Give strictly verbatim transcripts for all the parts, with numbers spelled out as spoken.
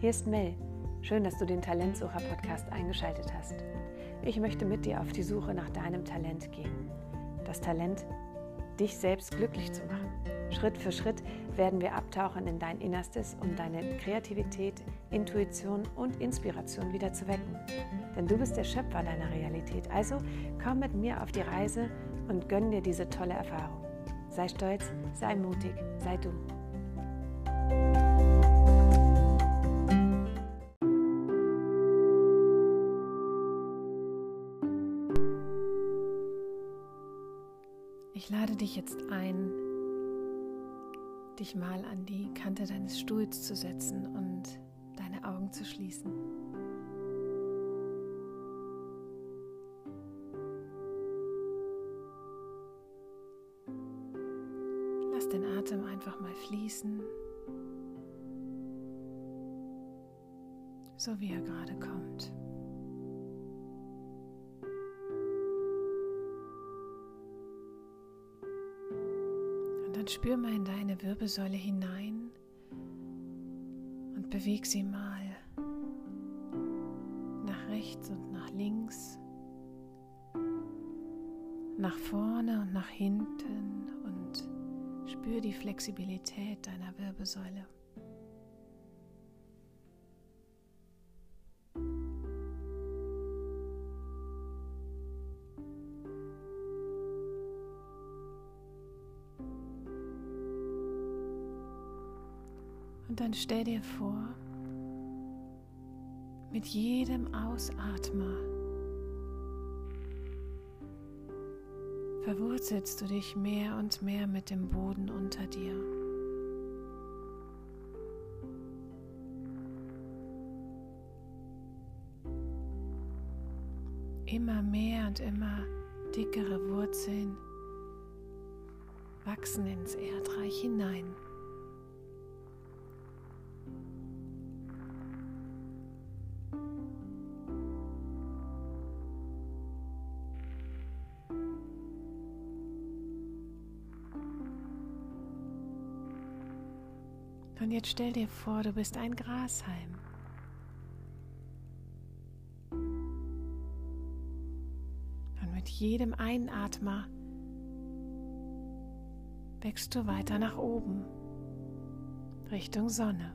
Hier ist Mel. Schön, dass du den Talentsucher-Podcast eingeschaltet hast. Ich möchte mit dir auf die Suche nach deinem Talent gehen. Das Talent, dich selbst glücklich zu machen. Schritt für Schritt werden wir abtauchen in dein Innerstes, um deine Kreativität, Intuition und Inspiration wieder zu wecken. Denn du bist der Schöpfer deiner Realität. Also komm mit mir auf die Reise und gönn dir diese tolle Erfahrung. Sei stolz, sei mutig, sei du. Ich lade dich jetzt ein, dich mal an die Kante deines Stuhls zu setzen und deine Augen zu schließen. Lass den Atem einfach mal fließen, so wie er gerade kommt. Dann spür mal in deine Wirbelsäule hinein und beweg sie mal nach rechts und nach links, nach vorne und nach hinten und spür die Flexibilität deiner Wirbelsäule. Und dann stell dir vor, mit jedem Ausatmen verwurzelst du dich mehr und mehr mit dem Boden unter dir. Immer mehr und immer dickere Wurzeln wachsen ins Erdreich hinein. Und jetzt stell dir vor, du bist ein Grashalm. Und mit jedem Einatmen wächst du weiter nach oben, Richtung Sonne.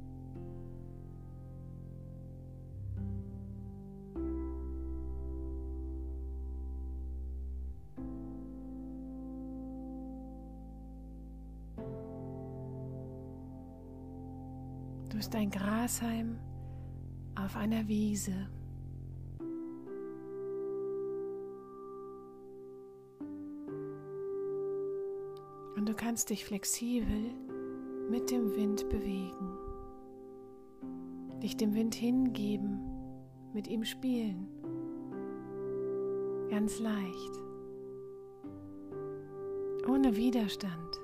Du bist ein Grashalm auf einer Wiese. Und du kannst dich flexibel mit dem Wind bewegen, dich dem Wind hingeben, mit ihm spielen. Ganz leicht, ohne Widerstand.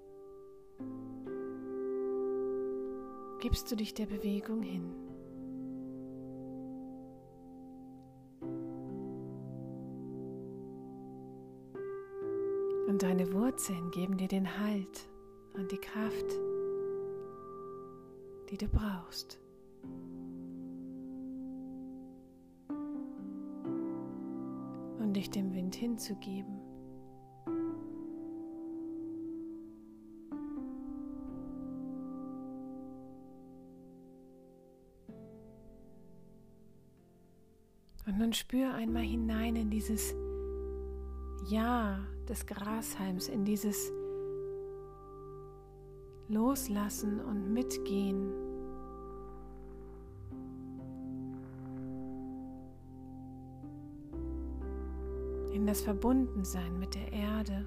Gibst du dich der Bewegung hin. Und deine Wurzeln geben dir den Halt und die Kraft, die du brauchst. Um dich dem Wind hinzugeben. Und nun spür einmal hinein in dieses Ja des Grashalms, in dieses Loslassen und Mitgehen. In das Verbundensein mit der Erde.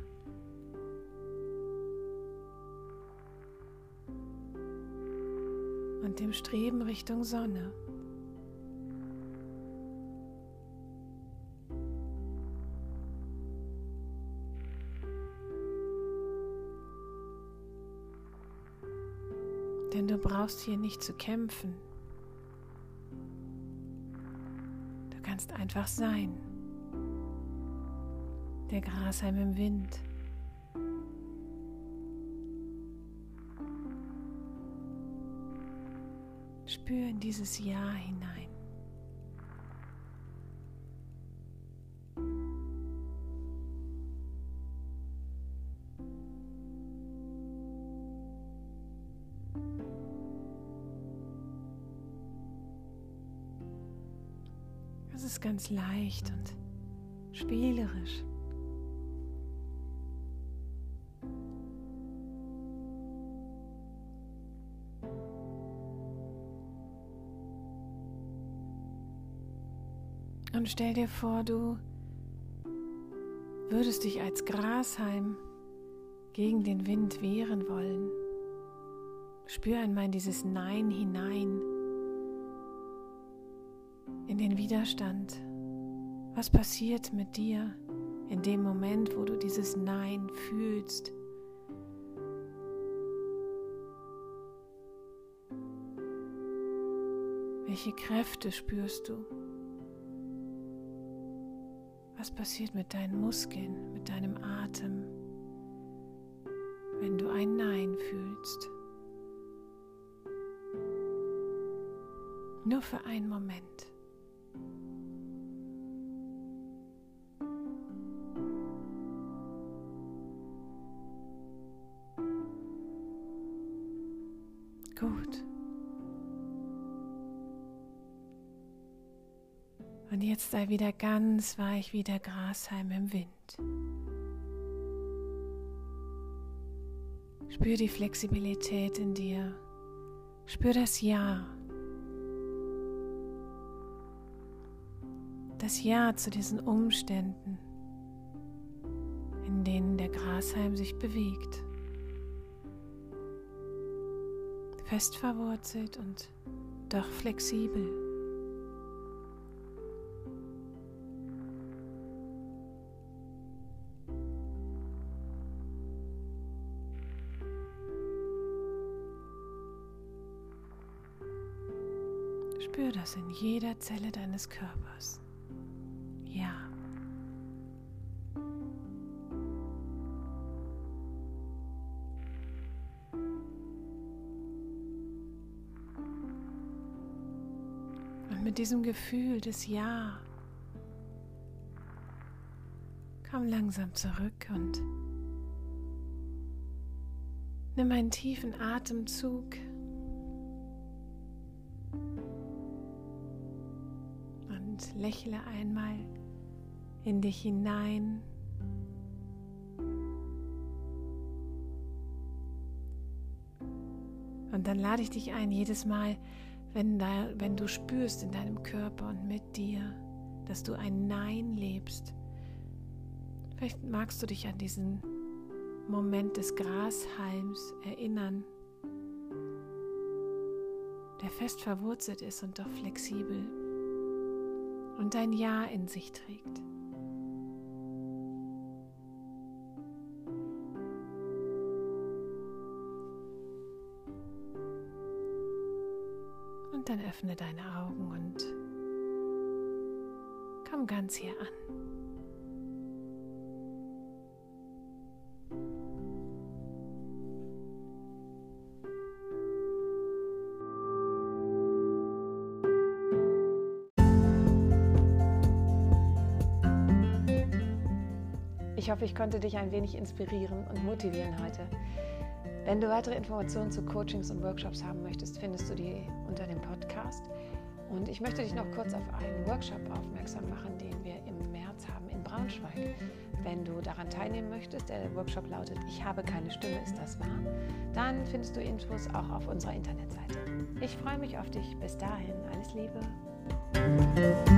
Und dem Streben Richtung Sonne. Denn du brauchst hier nicht zu kämpfen. Du kannst einfach sein. Der Grashalm im Wind. Spür in dieses Ja hinein. Es ist ganz leicht und spielerisch. Und stell dir vor, du würdest dich als Grashalm gegen den Wind wehren wollen. Spür einmal in dieses Nein hinein, in den Widerstand. Was passiert mit dir in dem Moment, wo du dieses Nein fühlst? Welche Kräfte spürst du? Was passiert mit deinen Muskeln, mit deinem Atem, wenn du ein Nein fühlst? Nur für einen Moment. Gut. Und jetzt sei wieder ganz weich wie der Grashalm im Wind. Spür die Flexibilität in dir. Spür das Ja. Das Ja zu diesen Umständen, in denen der Grashalm sich bewegt. Fest verwurzelt und doch flexibel. Spür das in jeder Zelle deines Körpers. Ja. Und mit diesem Gefühl des Ja, komm langsam zurück und nimm einen tiefen Atemzug. Und lächle einmal in dich hinein. Und dann lade ich dich ein, jedes Mal, wenn, da, wenn du spürst in deinem Körper und mit dir, dass du ein Nein lebst. Vielleicht magst du dich an diesen Moment des Grashalms erinnern, der fest verwurzelt ist und doch flexibel und dein Ja in sich trägt. Und dann öffne deine Augen und komm ganz hier an. Ich hoffe, ich konnte dich ein wenig inspirieren und motivieren heute. Wenn du weitere Informationen zu Coachings und Workshops haben möchtest, findest du die unter dem Podcast. Und ich möchte dich noch kurz auf einen Workshop aufmerksam machen, den wir im März haben in Braunschweig. Wenn du daran teilnehmen möchtest, der Workshop lautet Ich habe keine Stimme, ist das wahr? Dann findest du Infos auch auf unserer Internetseite. Ich freue mich auf dich. Bis dahin, alles Liebe.